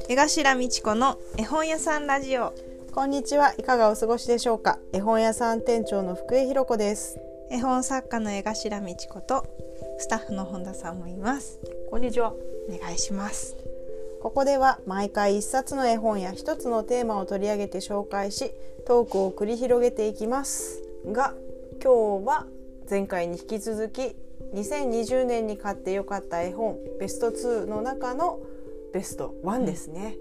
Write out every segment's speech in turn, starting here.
江頭美智子の絵本屋さんラジオ。 こんにちは。いかがお過ごしでしょうか。絵本屋さん店長の福江ひろ子です。 絵本作家の江頭美智子とスタッフの本田さんもいます。 こんにちは。 お願いします。 ここでは毎回一冊の絵本や一つのテーマを取り上げて紹介し、トークを繰り広げていきますが、今日は前回に引き続き2020年に買ってよかった絵本ベスト2の中のベスト1ですね。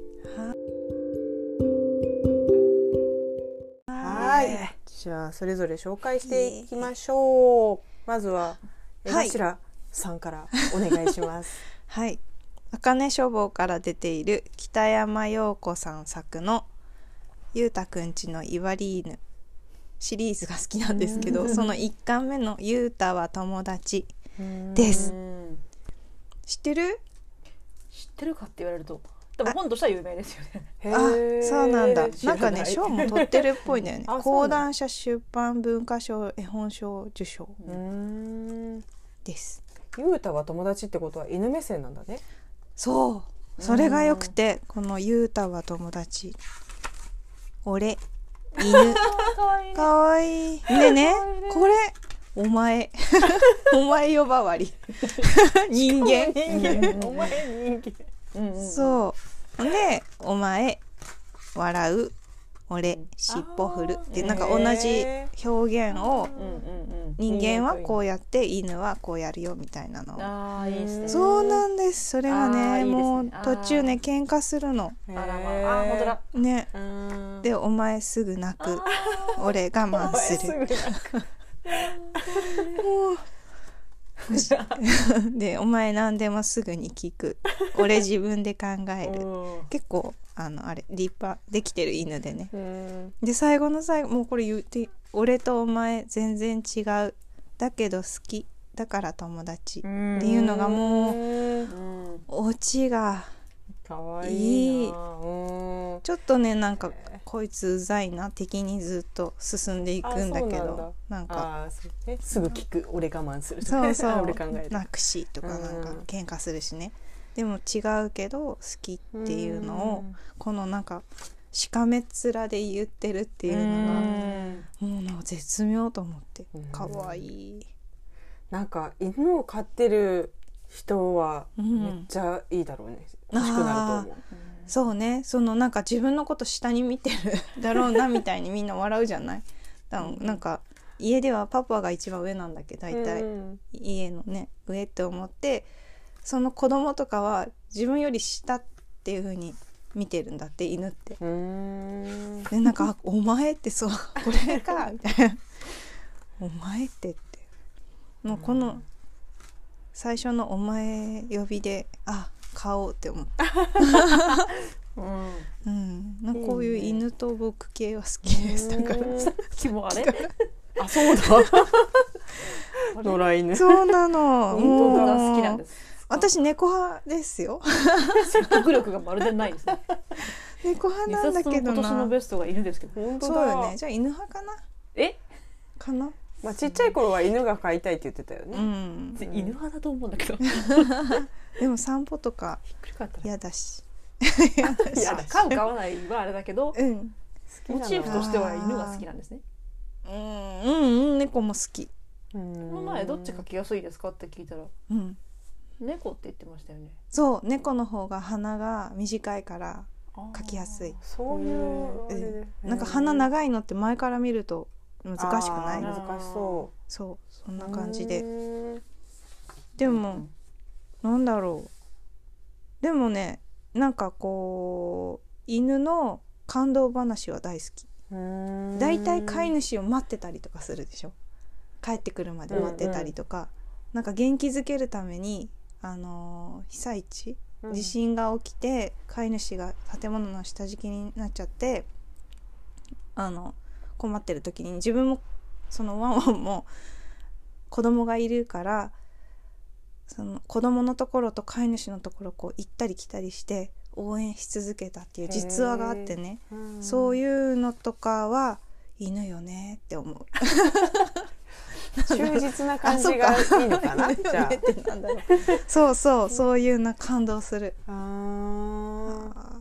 はい。じゃあそれぞれ紹介していきましょう。まずは江頭さんからお願いします。 はい。あかね書房から出ている北山陽子さん作のゆうたくんちのいわり犬シリーズが好きなんですけど、その1巻目のゆうたは友達です。知ってるかって言われると、でも本としては有名ですよね。 あ、そうなんだ。なんかね、賞も取ってるっぽいんだよね。講談社出版文化賞絵本賞受賞です。 ゆうたは友達ってことは犬目線なんだね。 そう、それがよくて、このゆうたは友達、俺犬かわいいでね、これお前お前呼ばわり人間お前人間、 そうで、お前笑う、俺尻尾振るってなんか同じ表現を、人間はこうやって犬はこうやるよみたいなの。 いいですね。 そうなんです。それがね、もう途中ね喧嘩するの。 あらまあ、本当だね。で、お前すぐ泣く、俺我慢する。もうで、お前何でもすぐに聞く、俺自分で考える。結構あれ立派できてる犬でね。で、最後の最後、もうこれ言って、俺とお前全然違う、だけど好きだから友達っていうのがもうオチがかわいいな。 ちょっとね、なんかこいつうざいな的にずっと進んでいくんだけど、なんかすぐ聞く、俺我慢する、 そうそう俺考える、 泣くしとか、なんか喧嘩するしね。でも違うけど好きっていうのを、このなんかしかめ面で言ってるっていうのがもうなんか絶妙と思って、かわいい。 なんか犬を飼ってる人はめっちゃいいだろうね、欲しくなると思う。 そうね、そのなんか自分のこと下に見てるだろうなみたいにみんな笑うじゃない。なんか家ではパパが一番上なんだけど、大体家のね上って思って、その子供とかは自分より下っていう風に見てるんだって、犬って。で、なんかお前って、そう、これかみたいなお前ってもうこの最初のお前呼びで、あ、買おうって思ったなんかこういう犬と僕系は好きです。だから気もあれあ、そうだ野良犬。 そうなの。 本当が好きなんです。 私猫派ですよ。 説得力がまるでないですね。 猫派なんだけどな。 今年のベストが犬ですけど。 本当だ。 そうよね。じゃあ犬派かな。かな。 まあちっちゃい頃は犬が飼いたいって言ってたよね。 犬派だと思うんだけど。 でも散歩とか嫌だし。 飼う飼わないはあれだけど、モチーフとしては犬が好きなんですね。 猫も好き。 この前どっち描きやすいですかって聞いたら、猫って言ってましたよね。 そう、猫の方が鼻が短いから描きやすい。 そういう、 なんか鼻長いのって前から見ると難しくない？ 難しそう。 そう、そんな感じで。でもなんだろう。でもね、なんかこう犬の感動話は大好き。だいたい飼い主を待ってたりとかするでしょ。帰ってくるまで待ってたりとか、なんか元気づけるために被災地、地震が起きて飼い主が建物の下敷きになっちゃって、困ってる時に自分もそのワンワンも子供がいるから、その子供のところと飼い主のところこう行ったり来たりして応援し続けたっていう実話があってね、そういうのとかは犬よねって思う。 忠実な感じがいいのかな。じゃあそうそう、そういうな感動する。っ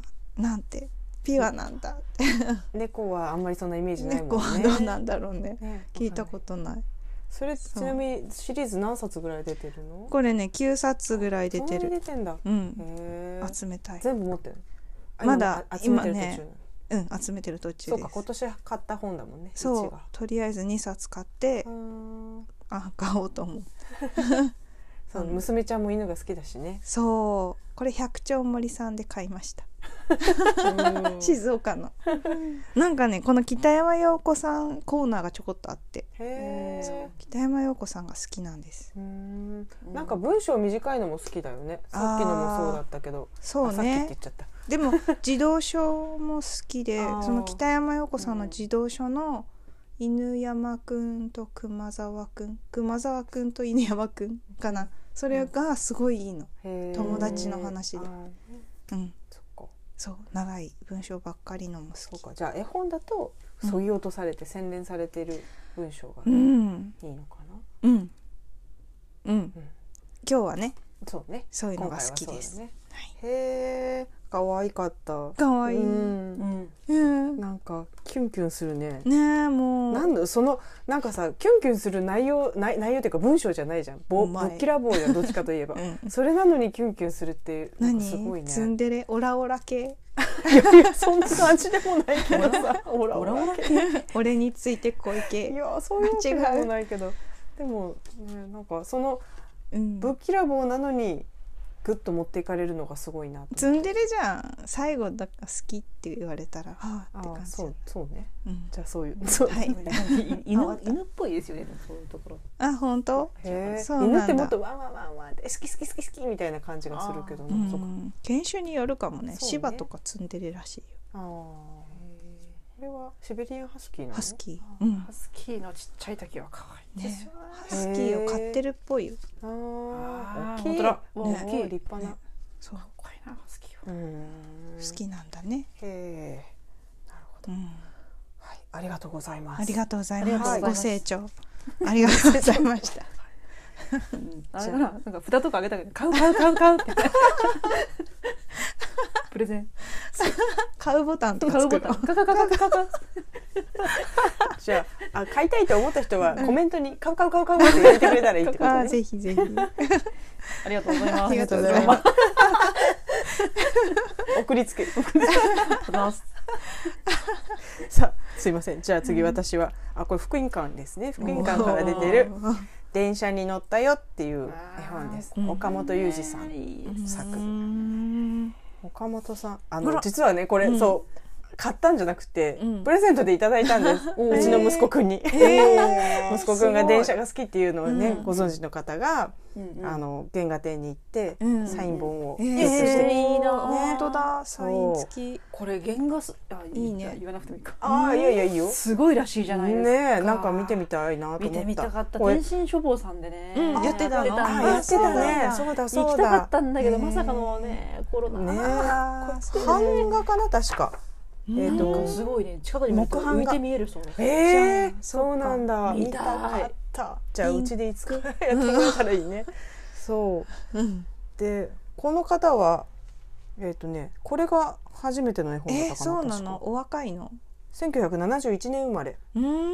なんてピュアなんだって猫はあんまりそんなイメージない猫もんね。 はどうなんだろうね、聞いたことない。 それちなみにシリーズ何冊ぐらい出てるの？ これね9冊ぐらい出てる。 そんなに出てんだ。 集めたい。 全部持ってる？ まだ今ね集めてる途中です。 そうか、今年買った本だもんね。 そう、とりあえず2冊買って買おうと思うそう娘ちゃんも犬が好きだしね。 そうこれ百丁森さんで買いました静岡のなんかねこの北山陽子さんコーナーがちょこっとあって、そう北山陽子さんが好きなんです。 なんか文章短いのも好きだよね。さっきのもそうだったけど、 そうね、 さっきって言っちゃった。 でも児童書も好きでその北山陽子さんの児童書の犬山くんと熊沢くんと犬山くんかな、それがすごいいいの、友達の話で。そう長い文章ばっかりのも好き。 そうか、じゃあ絵本だとそぎ落とされて洗練されている文章がいいのかな。今日はねそうね、 そういうのが好きです。 へえ、可愛かった。 可愛い。 なんかキュンキュンするね。 ねえ、もうなんだそのなんかさ、キュンキュンする内容っていうか文章じゃないじゃん。ぶっきらぼうやどっちかといえばそれなのにキュンキュンするってなんかすごいね。 ツンデレオラオラ系いやそんな感じでもないけどさオラオラ系俺についてこい系。 いやそういうわけでもないけど、でもね、なんかそのぶっきらぼうなのにグッと持っていかれるのがすごいな。 ツンデレじゃん。最後だから好きって言われたらはあって感じ。 そうね、じゃあそういう犬っぽいですよね、そういうところ。 あ、本当？ 犬ってもっとワンワンワンワンって好きみたいな感じがするけど、 犬種によるかもね。柴とかツンデレらしいよ。 これはシベリアンハスキーなの？ ハスキー。 ハスキーのちっちゃい時は可愛いですよね。 ハスキーを飼ってるっぽいよ。 大きい。立派な。 そう。 かっこいいなハスキーは。 好きなんだね。 なるほど。はい、ありがとうございます。 ありがとうございます。ご清聴ありがとうございました。 あれかな、なんか蓋とかあげたけど買うってプレゼン買うボタンとか作ろう。 じゃあ買いたいと思った人はコメントに買うって言ってくれたらいいってことね。 ぜひぜひ。 ありがとうございます。 ありがとうございます。 送りつける。さあすいません。じゃあ次私はこれ福音館ですね。福音館から出てる電車に乗ったよっていう絵本です。岡本裕二さん作。岡本さん実はねこれそう買ったんじゃなくてプレゼントでいただいたんです。うちの息子くんに。息子くんが電車が好きっていうのをねご存知の方が原画展に行ってサイン本をゲットしていいな。本当だ、サイン付き。 これ原画いいね。 言わなくてもいいか。 いやいいよ。 すごいらしいじゃないですか。 ね、なんか見てみたいなと思った。 見てみたかった。天津書房さんでねやってたの。 やってたね。そうだ行きたかったんだけどまさかのねコロナね。 版画かな確か。 すごいね、近くに浮いて見えるそうです。 そうなんだ。見たかった。じゃあうちでいつかやってもらったらいいね。そうでこの方はこれが初めての絵本だったかな。 そうなの。お若いの。 1971年生まれ。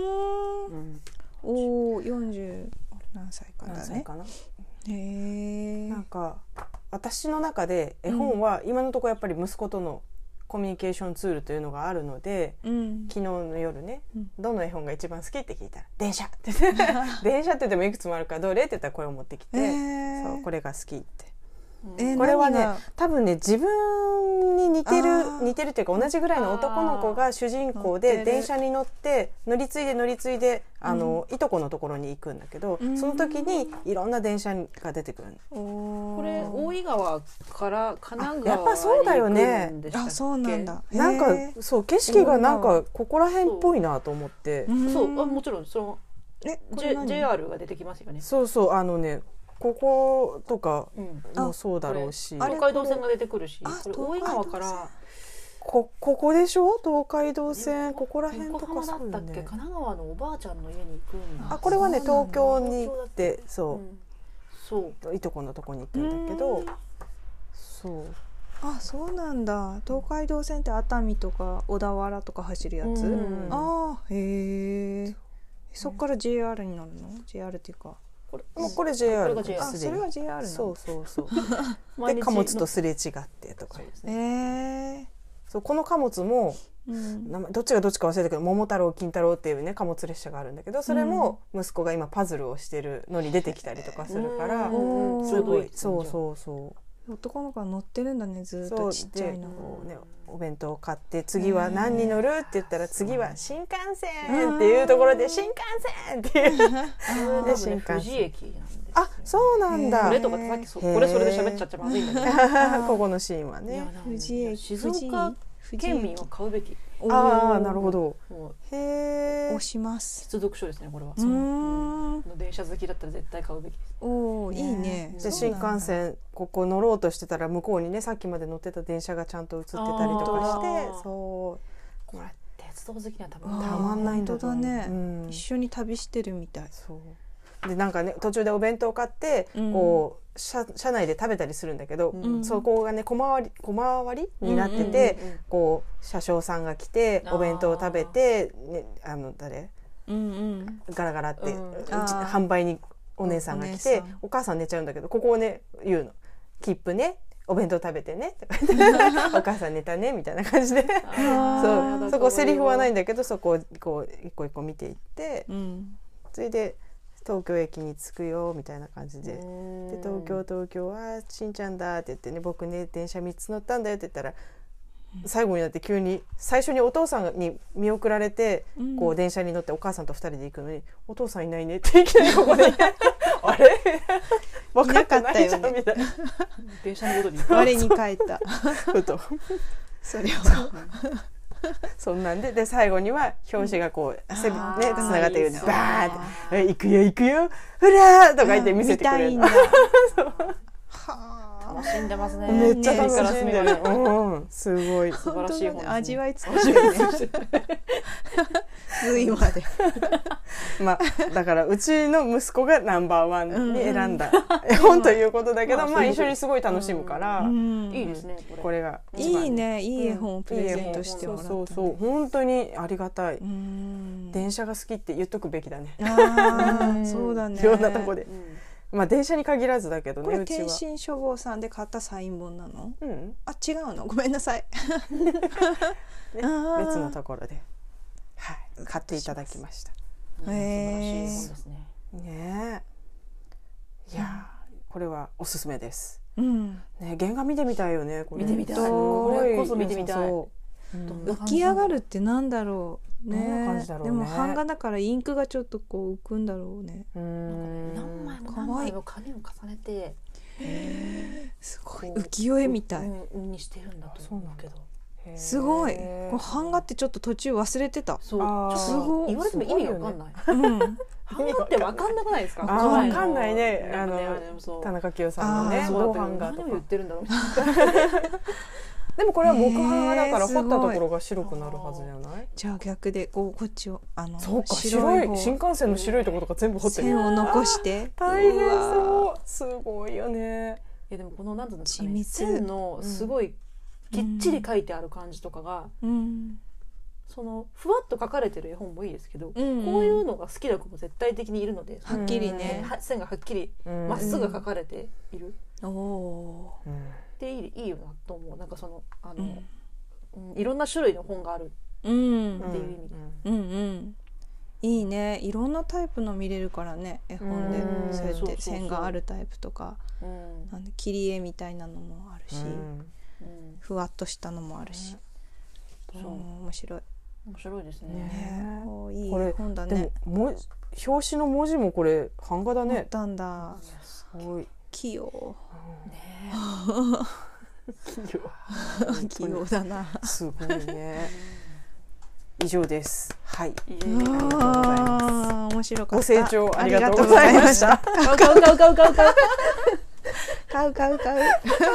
40何歳かだね。なんか私の中で絵本は今のところやっぱり息子とのコミュニケーションツールというのがあるので、昨日の夜ね、どの絵本が一番好きって聞いたら電車って電車って言ってもいくつもあるからどれって言ったらこれを持ってきて、そうこれが好きって。これはね多分ね自分に似てるっていうか同じぐらいの男の子が主人公で電車に乗って乗り継いでいとこのところに行くんだけど、その時にいろんに電車が出てくる。 これ大井川から神奈川やっぱそうだよね。 そうなんだ。 なんかそう景色がなんかここら辺っぽいなと思って。 そうもちろんそのJR が出てきますよね。 そうこことかもそうだろうし、 東海道線が出てくるし、大井川からここでしょ。東海道線ここら辺とかそうだったっけ。神奈川のおばあちゃんの家に行くんだ。 これはね東京に行ってそういとこのとこに行くんだけど、そうあ、そうなんだ。東海道線って熱海とか小田原とか走るやつ。ああ、へえ。そっから JR になるの？ JR っていうか。 これ JR。 あ、それは JR なの。 そうそうそう。で貨物とすれ違ってとか。そう、この貨物も、どっちがどっちか忘れたけど、桃太郎金太郎っていうね貨物列車があるんだけど、それも息子が今パズルをしてるのに出てきたりとかするから、すごい、そうそうそう。 男の子が乗ってるんだね、ずっとちっちゃいの。 お弁当を買って次は何に乗るって言ったら次は新幹線っていうところで新幹線っていうで新幹線富士駅なんです。 あ、そうなんだ。 これとかさっきこれそれで喋っちゃってまずいんだけど、 ここのシーンはね。 富士駅、 静岡県民は買うべき。 ああ、なるほど。 へえ。押します。 必読書ですね、これは。の電車好きだったら絶対買うべきです。 おお、いいね。 で新幹線ここ乗ろうとしてたら向こうにねさっきまで乗ってた電車がちゃんと映ってたりとかして、そうこれ鉄道好きには多分たまんないんだと思う。ね、一緒に旅してるみたい。 そうでなんかね途中でお弁当買ってこう車内で食べたりするんだけど、そこがね小回りになってて、こう車掌さんが来てお弁当を食べて、ね、誰、ガラガラって販売にお姉さんが来て、お母さん寝ちゃうんだけど、ここをね言うの、切符ね、お弁当食べてねとか言ってお母さん寝たねみたいな感じでそこセリフはないんだけど、そこをこう一個一個見ていって、それで東京駅に着くよみたいな感じで、で東京はしんちゃんだって言ってね、僕ね電車3つ乗ったんだよって言ったら、最後になって急に最初にお父さんに見送られて、こう電車に乗ってお母さんと2人で行くのに、お父さんいないねっていきなりここであれ分かってないじゃんみたいな、 電車のことに我に返ったふとそれはそんなんで最後には表紙がこうつながってるんで、バーって「行くよ行くよほら!」とか言って見せてくれる。 楽しんでますね。 めっちゃ楽しんでる。すごい素晴らしい本。 味わい尽くしてるね。髄まで。 まあだからうちの息子がナンバーワンに選んだ絵本ということだけど、まあ一緒にすごい楽しむからいいですね。 これがいいね、いい絵本をプレゼントしてもらった。 そう本当にありがたい。電車が好きって言っとくべきだね。 そうだね。 いろんなとこで。まあ電車に限らずだけどね。 これ天津書房さんで買ったサイン本なの？あ、違うの？ごめんなさい。 別のところで買っていただきました。 素晴らしい本ですね。 ねえ。いやこれはおすすめです。ね、原画見てみたいよね。 見てみたい。これこそ見てみたい。 浮き上がるってなんだろう。ね、でも版画だからインクがちょっとこう浮くんだろうね。 何枚も何枚も紙を重ねて、 すごい浮世絵みたいにしてるんだと思うけど、 すごい。これ版画ってちょっと途中忘れてた。 そう、すごい。言われても意味わかんない。版画ってわかんなくないですか？ わかんないね。田中清さんのね、銅版画とか。 何を言ってるんだろう。 でもこれは木版画だから彫ったところが白くなるはずじゃない？ じゃあ逆でこっちをそうか、白い新幹線の白いところとか全部彫ってる。 線を残して大変そう。すごいよね。 でもこのなんていうんですかね、線のすごいきっちり書いてある感じとかが、そのふわっと書かれてる絵本もいいですけど、こういうのが好きな子も絶対的にいるので、 はっきりね、 線がはっきりまっすぐ書かれている。でいいよなと思う。なんかそのいろんな種類の本があるっていう意味で、 いいね。いろんなタイプの見れるからね、絵本で。そうやって線があるタイプとか、なんで切り絵みたいなのもあるし、ふわっとしたのもあるし、面白い。 面白いですね。 いい本だね。 でも表紙の文字もこれ版画だね。 なんだ。 すごい器用。 器用だな。 すごいね。以上です。はい。 ありがとうございます。面白かった。 ご清聴ありがとうございました。 買う。 買う。 買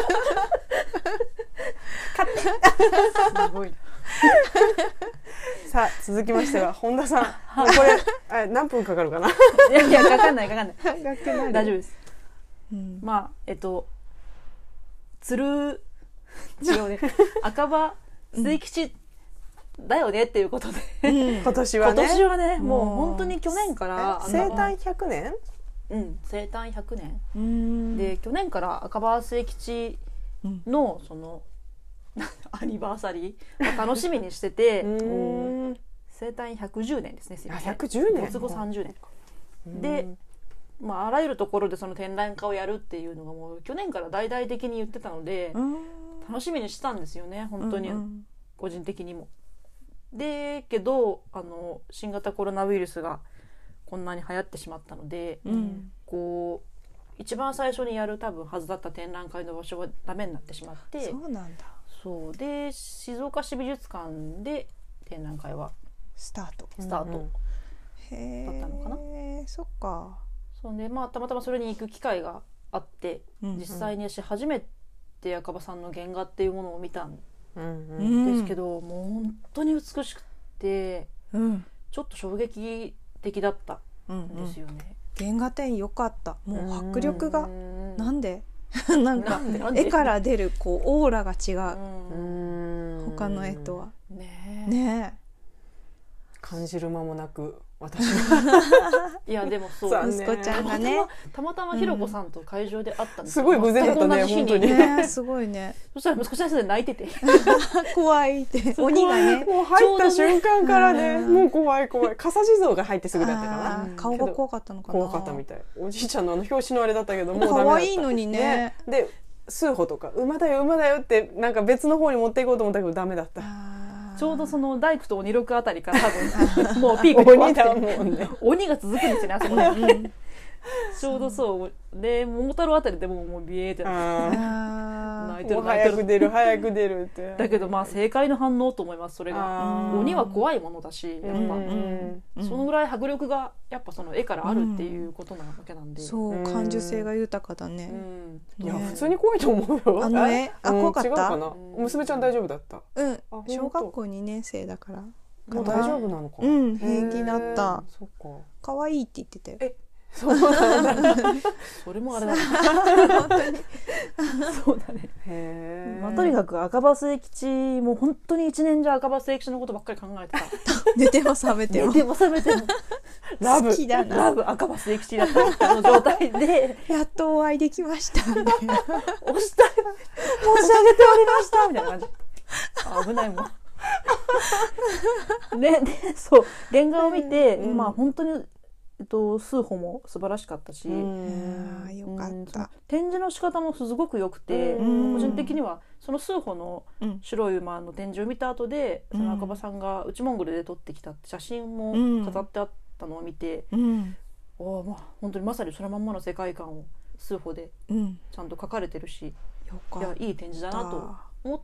って。すごい。 さあ続きましては本田さん。これ何分かかるかな。 いやかかんない。大丈夫です。まあ鶴違うね赤羽末吉だよねっていうことで、 今年はねもう本当に去年から生誕100年生誕100年で去年から赤羽末吉のそのアニバーサリーを楽しみにしてて生誕110年ですね。 110年没後30年で、あらゆるところでその展覧会をやるっていうのがもう去年から大々的に言ってたので楽しみにしてたんですよね本当に、個人的にも。でけど新型コロナウイルスがこんなに流行ってしまったので、こう一番最初にやる多分はずだった展覧会の場所がダメになってしまって、 そうなんだ。 そうで静岡市美術館で展覧会はスタートだったのかな。 そっか。 そうね、たまたまそれに行く機会があって、実際に初めて赤羽さんの原画っていうものを見たんですけど、もう本当に美しくて、ちょっと衝撃的だったんですよね。 原画展良かった。もう迫力がなんでなんか絵から出るこうオーラが違う。他の絵とはね感じる間もなく私いやでもそう息子ちゃんがねたまたまひろこさんと会場で会ったんですすごい偶然だったね本当にねすごいね。 そしたら息子ちゃんで泣いてて怖いって鬼がねもう入った瞬間からねもう怖い笠地蔵が入ってすぐだったかな。 顔が怖かったのかな。 怖かったみたい。おじいちゃんの表紙のあれだったけどもうダメだった。 可愛いのにね。 で数歩とか馬だよってなんか別の方に持っていこうと思ったけどダメだった。 ちょうどその大工と鬼六あたりから多分もうピークに終わって鬼が続くんですよねあそこでちょうどそうで桃太郎あたりでもうビエーって泣いてる早く出るってだけど正解の反応と思います。それが鬼は怖いものだしやっぱそのぐらい迫力がやっぱその絵からあるっていうことなわけなんで、 そう感受性が豊かだね。 いや普通に怖いと思うよ。 怖かった。 違うかな。娘ちゃん大丈夫だった。 小学校2年生だからもう大丈夫なのか。 平気だった。 そっか。 可愛いって言ってたよ。 そうなんだ。 それもあれだ本当にそうだね。とにかく赤羽末吉も本当に一年中赤羽末吉のことばっかり考えてた。 寝ても覚めてもラブ好きだな。 ラブ赤羽末吉だったの状態でやっとお会いできましたみたいな。 押したい申し上げておりましたみたいな感じ。危ないもんでそう原画を見て本当に数歩も素晴らしかったし、 よかった。 展示の仕方もすごく良くて、個人的にはその数歩の白い馬の展示を見た後で、その赤羽さんが内モンゴルで撮ってきた写真も飾ってあったのを見て、本当にまさにそのまんまの世界観を数歩でちゃんと描かれてるし、いやいい展示だなと思って、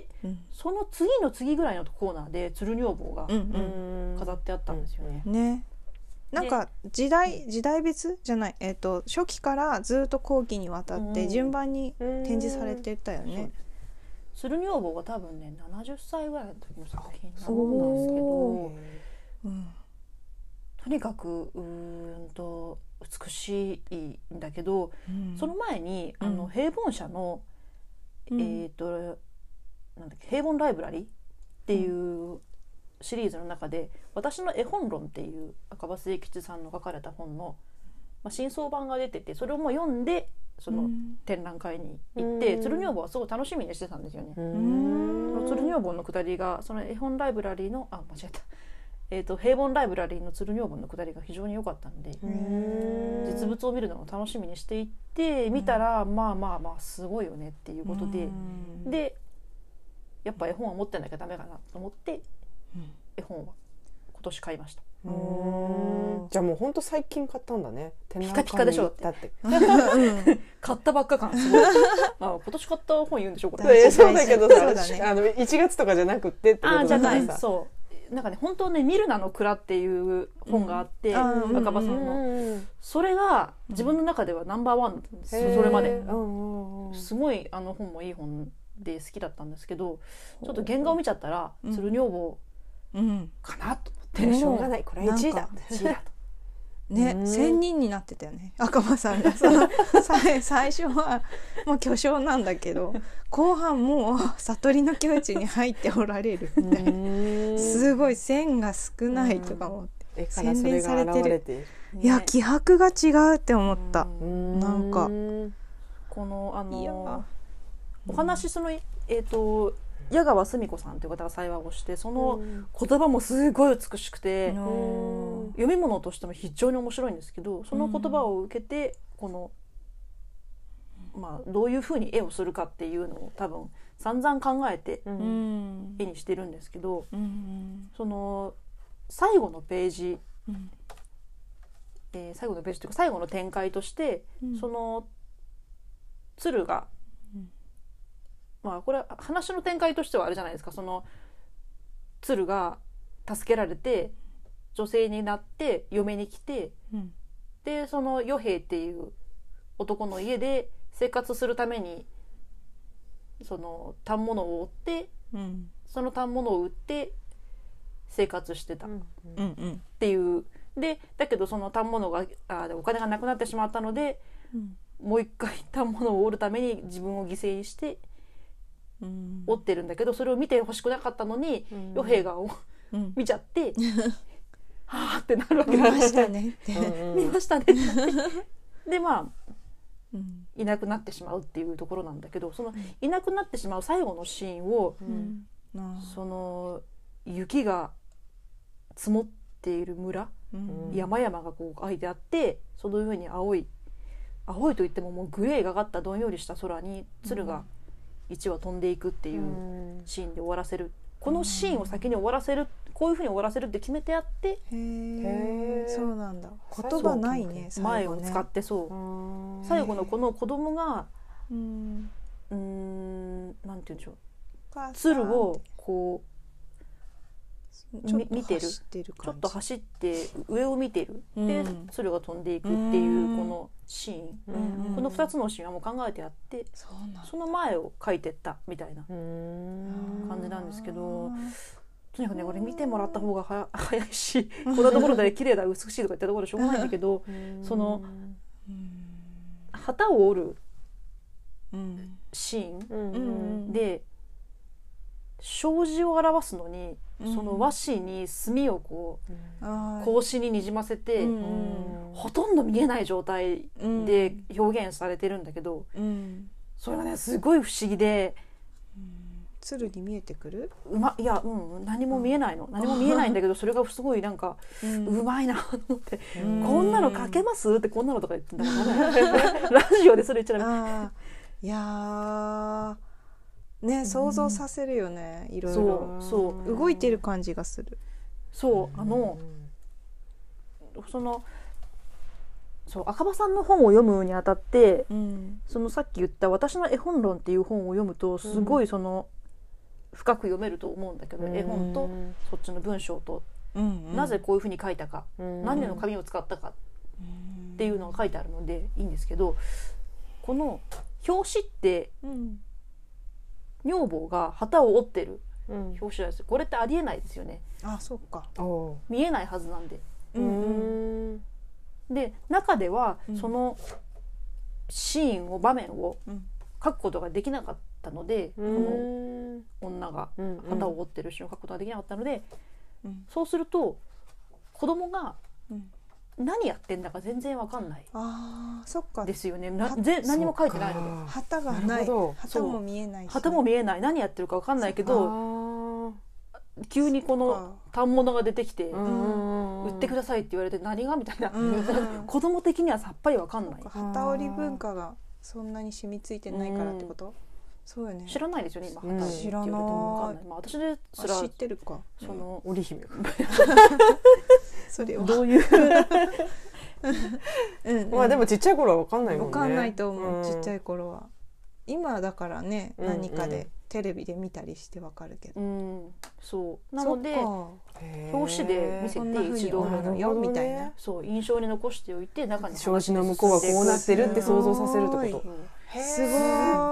その次の次ぐらいのコーナーで鶴女房が飾ってあったんですよね。 なんか時代別じゃない、初期からずっと後期にわたって順番に展示されてたよね。 鶴女房が多分ね70歳ぐらいの時の作品なんですけど、とにかく美しいんだけど、その前に平凡社のなんだっけ、平凡ライブラリーっていうシリーズの中で私の絵本論っていう赤羽末吉さんの書かれた本の、新装版が出てて、それをもう読んでその展覧会に行って鶴女房はすごい楽しみにしてたんですよね。その鶴女房のくだりがその絵本ライブラリーの間違えた平凡ライブラリーの鶴女房のくだりが非常に良かったので、実物を見るのを楽しみにしていって見たら、すごいよねっていうことで、でやっぱ絵本は持ってなきゃダメかなと思って絵本は今年買いました。 じゃあもうほんと最近買ったんだね。 ピカピカでしょだって買ったばっか感すごい今年買った本言うんでしょこれ。 そうだけどさ、1月とかじゃなくてってことだからさ。 じゃないそうなんかね、本当ねミルナの蔵っていう本があって、赤羽さんのそれが自分の中ではナンバーワンだったんですよ、それまで。すごい本もいい本で好きだったんですけど、ちょっと原画を見ちゃったら鶴女房かなと思って、 しょうがないこれ1位だ 1位だとね、仙人になってたよね、赤間さんが。その最初はもう巨匠なんだけど、後半もう悟りの境地に入っておられるみたいな。すごい線が少ないとか思って、洗練されてる。いや、気迫が違うって思った。なんかこのお話、その矢川澄子さんという方が裁判をして、その言葉もすごい美しくて、読み物としても非常に面白いんですけど、その言葉を受けてこの、どういうふうに絵をするかっていうのを多分散々考えて絵にしてるんですけど、その最後のページ、最後のページというか最後の展開として、その鶴が、これは話の展開としてはあれじゃないですか。その鶴が助けられて女性になって嫁に来て、でその与兵衛っていう男の家で生活するためにその反物を追って、その反物を売って生活してたっていう。でだけどその反物がお金がなくなってしまったので、もう一回反物を売るために自分を犠牲にして折ってるんだけど、それを見てほしくなかったのに与兵衛が見ちゃってはぁってなるわけ。 見ましたね見ましたねでいなくなってしまうっていうところなんだけど、そのいなくなってしまう最後のシーンを、その雪が積もっている村、山々がこう開いてあって、その上に青いといってももうグレーがかったどんよりした空に鶴が1羽飛んでいくっていうシーンで終わらせる。このシーンを先に終わらせる、こういうふうに終わらせるって決めてあって、 そうなんだ。言葉ないね、 前を使って。そう最後のこの子供がなんて言うんでしょう、鶴をこう見てる、ちょっと走って上を見てる、で鶴が飛んでいくっていうこのシーン、この2つのシーンはもう考えてあって、その前を描いてったみたいな感じなんですけど、とにかくねこれ見てもらった方が早いし、こんなところで綺麗だ美しいとか言ったところでしょうがないんだけど、その旗を折るシーンで障子を表すのに、その和紙に墨をこう格子ににじませて、ほとんど見えない状態で表現されてるんだけど、それがねすごい不思議で、 鶴に見えてくる？ いや、何も見えないの、何も見えないんだけど、それがすごいなんかうまいなと思って、こんなの書けますって、こんなのとか言ってんだからラジオでそれ言っちゃダメ。 いやね、想像させるよね、いろいろ。そう動いてる感じがする。 そう赤羽さんの本を読むにあたって、そのさっき言った私の絵本論っていう本を読むとすごいその深く読めると思うんだけど、絵本とそっちの文章と、なぜこういうふうに書いたか、何年の紙を使ったかっていうのが書いてあるのでいいんですけど、この表紙って、女房が旗を折ってる表紙なんですよ。これってありえないですよね。 そうか。 見えないはずなんで。で中ではそのシーンを場面を書くことができなかったので、この女が旗を折ってるシーンを書くことができなかったので、そうすると子供が何やってんだか全然わかんないですよね。何も書いてないので、 旗がない、旗も見えないし、 旗も見えない、何やってるかわかんないけど、急にこの反物が出てきて売ってくださいって言われて、何がみたいな、子供的にはさっぱりわかんない。 旗織り文化がそんなに染みついてないからってこと？そうよね。 知らないですよね今。旗織りって言われてもわかんない。私ですら知ってるか。 その織姫がそれはどういうでもちっちゃい頃は分かんないもんね。 分かんないと思う、ちっちゃい頃は。今だからね、何かでテレビで見たりして分かるけど、 そうなので表紙で見せて一度みたいな、 そう印象に残しておいて、中に表紙の向こうはこうなってるって想像させるってこと。 すご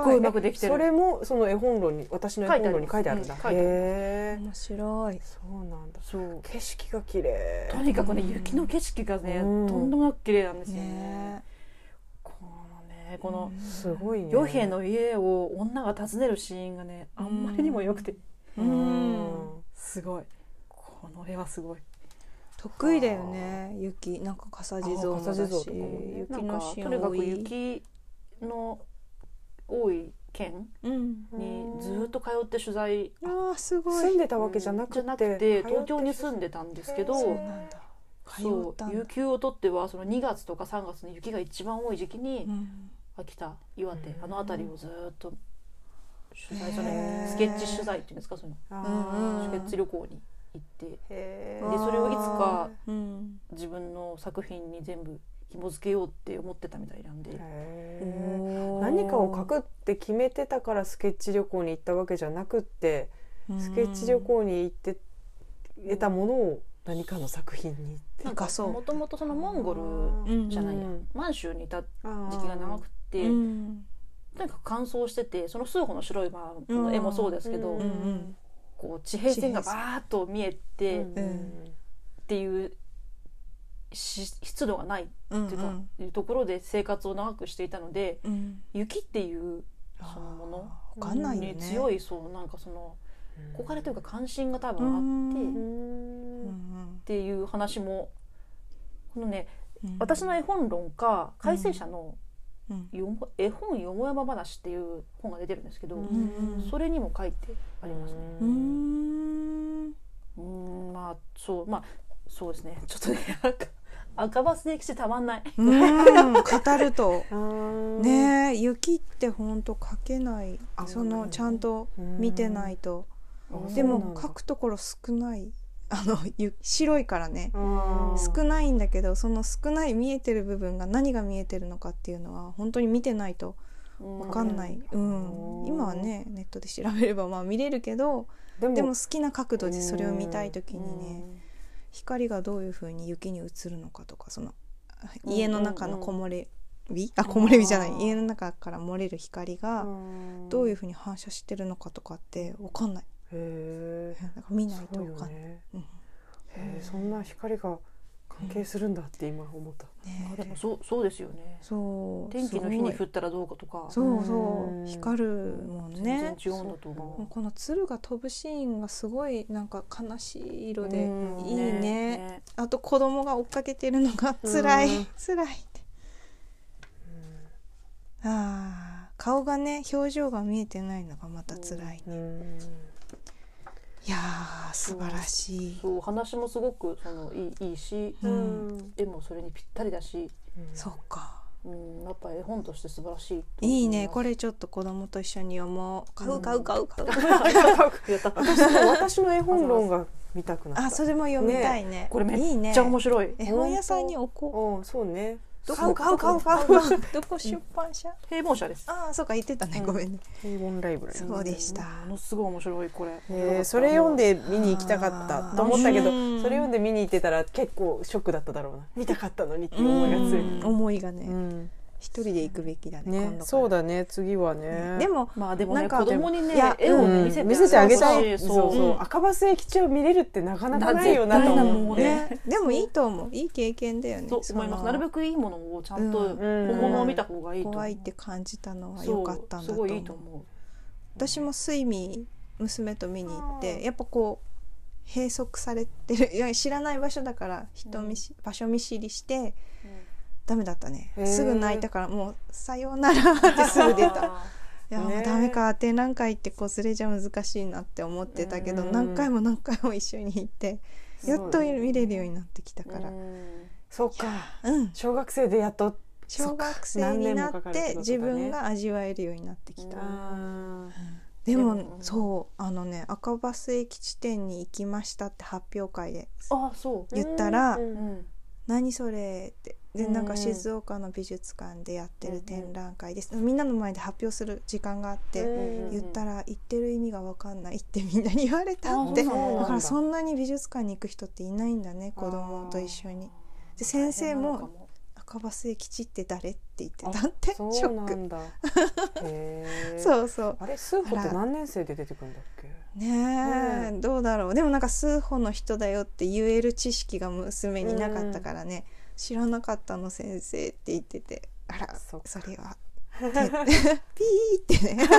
ごいうまくできてる。 それもその絵本論に、私の絵本論に書いてあるんだ。へえ、 面白い。 そうなんだ。そう景色が綺麗。 とにかくね、雪の景色がね、とんでもなく綺麗なんですよね。このすごいね、 与兵の家を女が訪ねるシーンがね、あんまりにも良くて、すごい。この絵はすごい。 得意だよね、雪。なんか笠地蔵もだし、雪のシーン多い。 とにかく雪の多い県にずっと通って取材、 すごい。 住んでたわけじゃなくて、 東京に住んでたんですけど、有給を取ってはその2月とか3月に雪が一番多い時期に、秋田、岩手、あの辺りをずっと取材、そのスケッチ取材っていうんですか、そのスケッチ旅行に行って、でそれをいつか自分の作品に全部紐付けようって思ってたみたいなんで、 何かを描くって決めてたからスケッチ旅行に行ったわけじゃなくって、スケッチ旅行に行って得たものを何かの作品にってなんかもともとそのモンゴルじゃないや、満州にいた時期が長くて、とにかく乾燥してて、その数歩の白いの絵もそうですけど、こう地平線がバーッと見えてっていう湿度がないっていうところで生活を長くしていたので、雪っていうそのものに強い、そうなんかその憧れというか関心が多分あってっていう話も、このね、私の絵本論か改正者の絵本よもやま話っていう本が出てるんですけど、それにも書いてありますね。まあそうですね、ちょっとね、赤バスできてたまんない。 語るとね、雪ってほんと描けない。そのちゃんと見てないと。でも描くところ少ない。白いからね、少ないんだけど、その少ない見えてる部分が何が見えてるのかっていうのは本当に見てないと分かんない。今はね、ネットで調べればまあ見れるけど、でも好きな角度でそれを見たい時にね、光がどういう風に雪に映るのかとか、その家の中の木漏れ日じゃない、家の中から漏れる光がどういう風に反射してるのかとかって分かんない。だから見ないと分かんない。 そんな光が関係するんだって今思った。 でもそうですよね。天気の日に降ったらどうかとか、 光るもんね。 全然違うんだと思う。 この鶴が飛ぶシーンがすごいなんか悲しい色でいいね。あと子供が追っかけてるのが辛いって。顔がね、表情が見えてないのがまた辛いね。いやー、素晴らしい。 そう、話もすごくいいし、絵もそれにぴったりだし、 そうか。 やっぱ絵本として素晴らしい。 いいね、これちょっと子供と一緒に読もう。買う。 私の絵本論が見たくなった。 それも読みたいね。 これめっちゃ面白い。 絵本屋さんに置こう。 そうね。 買う。どこ出版社？ 平凡社です。 そうか、言ってたね。ごめんね。 平凡ライブラリ。 そうでした。 ものすごい面白いこれ。 それ読んで見に行きたかったと思ったけど、それ読んで見に行ってたら結構ショックだっただろうな。見たかったのにっていう思いが強い。 思いがね。一人で行くべきだね。 そうだね、次はね。 でもね、子供にね、絵を見せてあげたい。赤バス駅長見れるってなかなかないよなと思って。 でもいいと思う。いい経験だよね。 そう思います。なるべくいいものをちゃんと本物を見た方がいいと思う。 怖いって感じたのは良かったんだと思う。 すごいいいと思う。 私も睡眠娘と見に行って、やっぱこう閉塞されてる、知らない場所だから場所見知りして。ダメだったね。すぐ泣いたからもうさようならってすぐ出た。いやもうダメか、展覧会って子連れじゃ難しいなって思ってたけど、何回も一緒に行ってやっと見れるようになってきたから。 そうか。小学生でやっと小学生になって自分が味わえるようになってきた。でもそう赤バス駅地点に行きましたって発表会で言ったら、何それってで、なんか静岡の美術館でやってる展覧会です、みんなの前で発表する時間があって、言ったら言ってる意味が分かんないってみんなに言われたって。だからそんなに美術館に行く人っていないんだね、子供と一緒に。で先生も赤羽末吉って誰って言ってたってそうショックなんだへそうそう。 あれスーホって何年生で出てくるんだっけねえ、どうだろう。でもなんか数歩の人だよって言える知識が娘になかったからね、知らなかったの先生って言ってて、あらそれはピーってね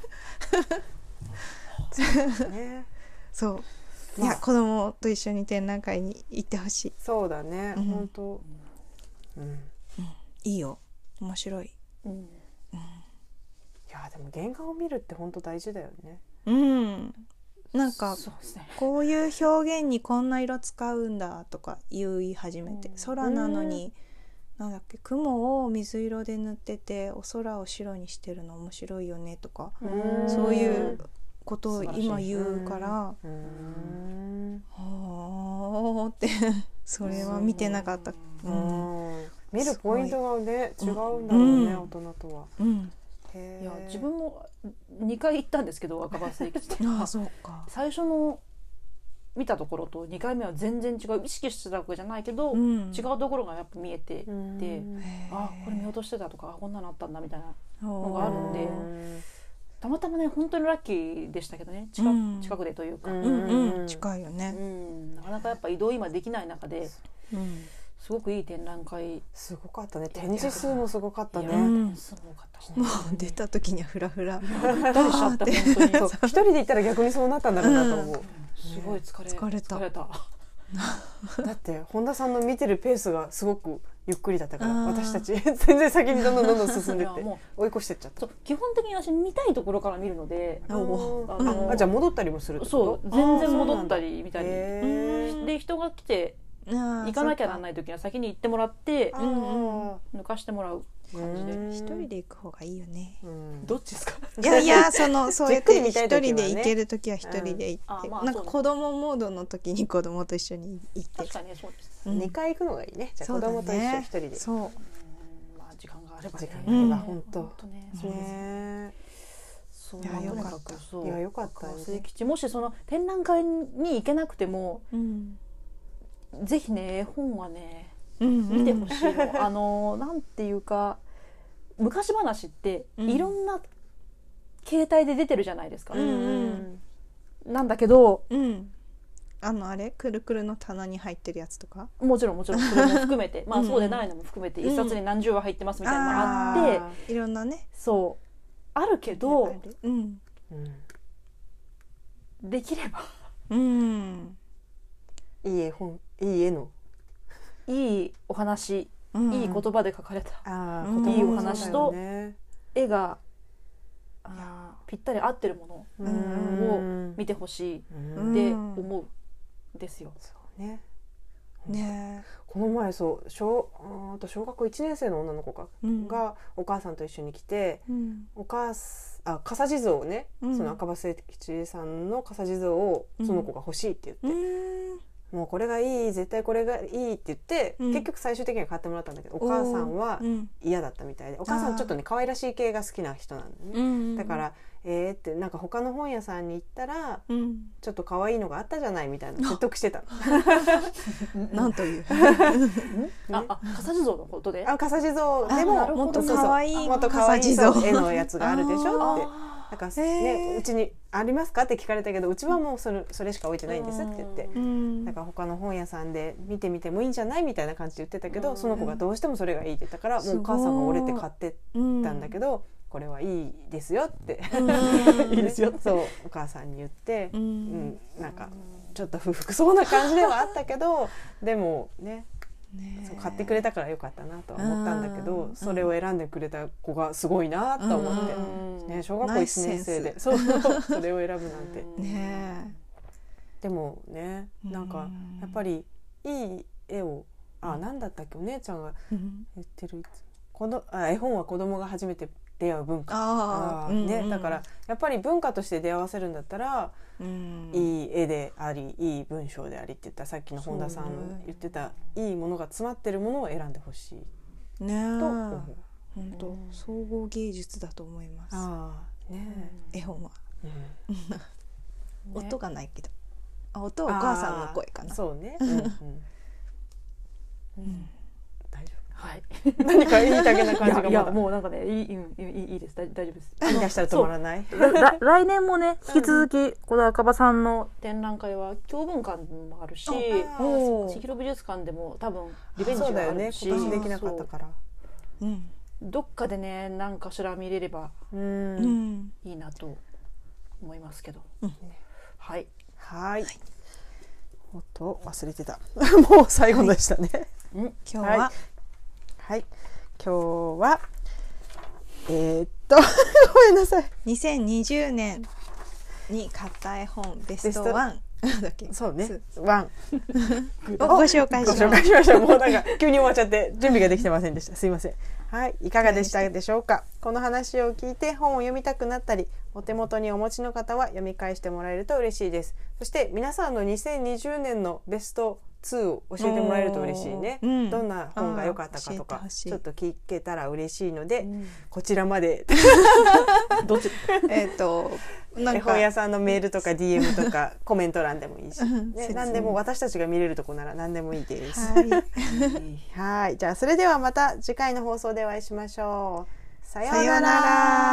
そう、いや子供と一緒に展覧会に行ってほしい。 そうだね、本当、 いいよ、面白い。いやでも原画を見るって本当大事だよね。 なんかこういう表現にこんな色使うんだとか言い始めて、空なのになんだっけ、雲を水色で塗っててお空を白にしてるの面白いよねとか、そういうことを今言うから、はーってそれは見てなかった。 見るポイントがね違うんだろうね、大人とは。 いや自分も2回行ったんですけど、赤羽末吉ってそうか、 最初の見たところと2回目は全然違う、意識してたわけじゃないけど、違うところがやっぱ見えてて、あこれ見落としてたとか、こんなのあったんだみたいなのがあるんで、たまたまね本当にラッキーでしたけどね、近くでというか、 近いよね、 なかなかやっぱ移動今できない中で、すごくいい展覧会、 すごかったね。展示数もすごかったね。 すごかったしね。もう出た時にはフラフラ。 しちゃった本当に。 一人で行ったら逆にそうなったんだろうなと思う。 すごい疲れた。 だって本田さんの見てるペースがすごくゆっくりだったから、私たち全然先にどんどん進んでって追い越してっちゃった。 基本的に私見たいところから見るので、 じゃあ戻ったりもするってこと？ そう、全然戻ったりみたいに。で人が来て。行かなきゃならない時には先に行ってもらって抜かしてもらう感じで、 一人で行く方がいいよね。 どっちですか？ いやそうやって一人で行ける時は一人で行って、なんか子供モードの時に子供と一緒に行って、 確かにそうです。 2回行くのがいいね。じゃあ子供と一緒一人で、 そう、 まあ時間があれば本当ね。 いやよかった。 いやよかった。 末吉もしその展覧会に行けなくても。ぜひね、絵本はね、見てほしいの。なんていうか、昔話っていろんな形態で出てるじゃないですか。なんだけど、 あれくるくるの棚に入ってるやつとか、 もちろんそれも含めて、まあそうでないのも含めて一冊に何十話入ってますみたいなのがあって、 いろんなね、 そうあるけど、できれば、 いい絵本、いい絵のいいお話、いい言葉で書かれたいいお話と絵がぴったり合ってるものを見てほしいって思うんですよ。 そうね。この前小学校1年生の女の子がお母さんと一緒に来て、傘地蔵をね、その赤羽末吉さんの傘地蔵をその子が欲しいって言って、もうこれがいい、絶対これがいいって言って、結局最終的には買ってもらったんだけど、お母さんは嫌だったみたいで、お母さんちょっとね可愛らしい系が好きな人なんだね。だからってなんか他の本屋さんに行ったら、ちょっと可愛いのがあったじゃないみたいな説得してたの。 なんという傘地蔵のことで、 傘地蔵でももっと可愛い絵のやつがあるでしょって。なんかね、うちにありますかって聞かれたけど、うちはもうそれしか置いてないんですって言って、だから他の本屋さんで見てみてもいいんじゃないみたいな感じで言ってたけど、その子がどうしてもそれがいいって言ったから、もうお母さんが折れて買ってたんだけど、これはいいですよっていいですよってそうお母さんに言って、なんかちょっと不服そうな感じではあったけど、でもね、そう買ってくれたからよかったなとは思ったんだけど、それを選んでくれた子がすごいなと思って、ね、小学校1年生でそれを選ぶなんてね。でもね、なんかやっぱりいい絵を何だったっけ、お姉ちゃんが言ってる絵本は子供が初めて出会う文化、だからやっぱり文化として出会わせるんだったら、いい絵でありいい文章でありって言ったら、さっきの本田さんの言ってたいいものが詰まってるものを選んでほしいと思う。 本当総合芸術だと思います。絵本は音がないけど、音はお母さんの声かな。 そうね。大丈夫。 はい。 何か言いたげな感じがいやもうなんかねいいです大丈夫です。 言い出したら止まらない。 来年もね引き続きこの赤羽さんの展覧会は教文館もあるし、千尋美術館でも多分リベンジがあるし、そうだよね、 今年できなかったから。 どっかでね何かしら見れればいいなと思いますけど。はい。おっと忘れてた。もう最後でしたね。 今日は。 はい、今日はごめんなさい。 2020年に買った絵本ベスト1だっけ。 そうね。1 ご紹介しましょう。もうなんか急に終わっちゃって準備ができてませんでした。すいません。はい、いかがでしたでしょうか。この話を聞いて本を読みたくなったり、お手元にお持ちの方は読み返してもらえると嬉しいです。そして皆さんの2020年のベスト2を教えてもらえると嬉しいね。どんな本が良かったかとかちょっと聞けたら嬉しいので、こちらまでどっち絵本屋さんのメールとか DM とかコメント欄でもいいし、何でも私たちが見れるとこなら何でもいいです。はい、じゃあそれではまた次回の放送でお会いしましょう。さようなら。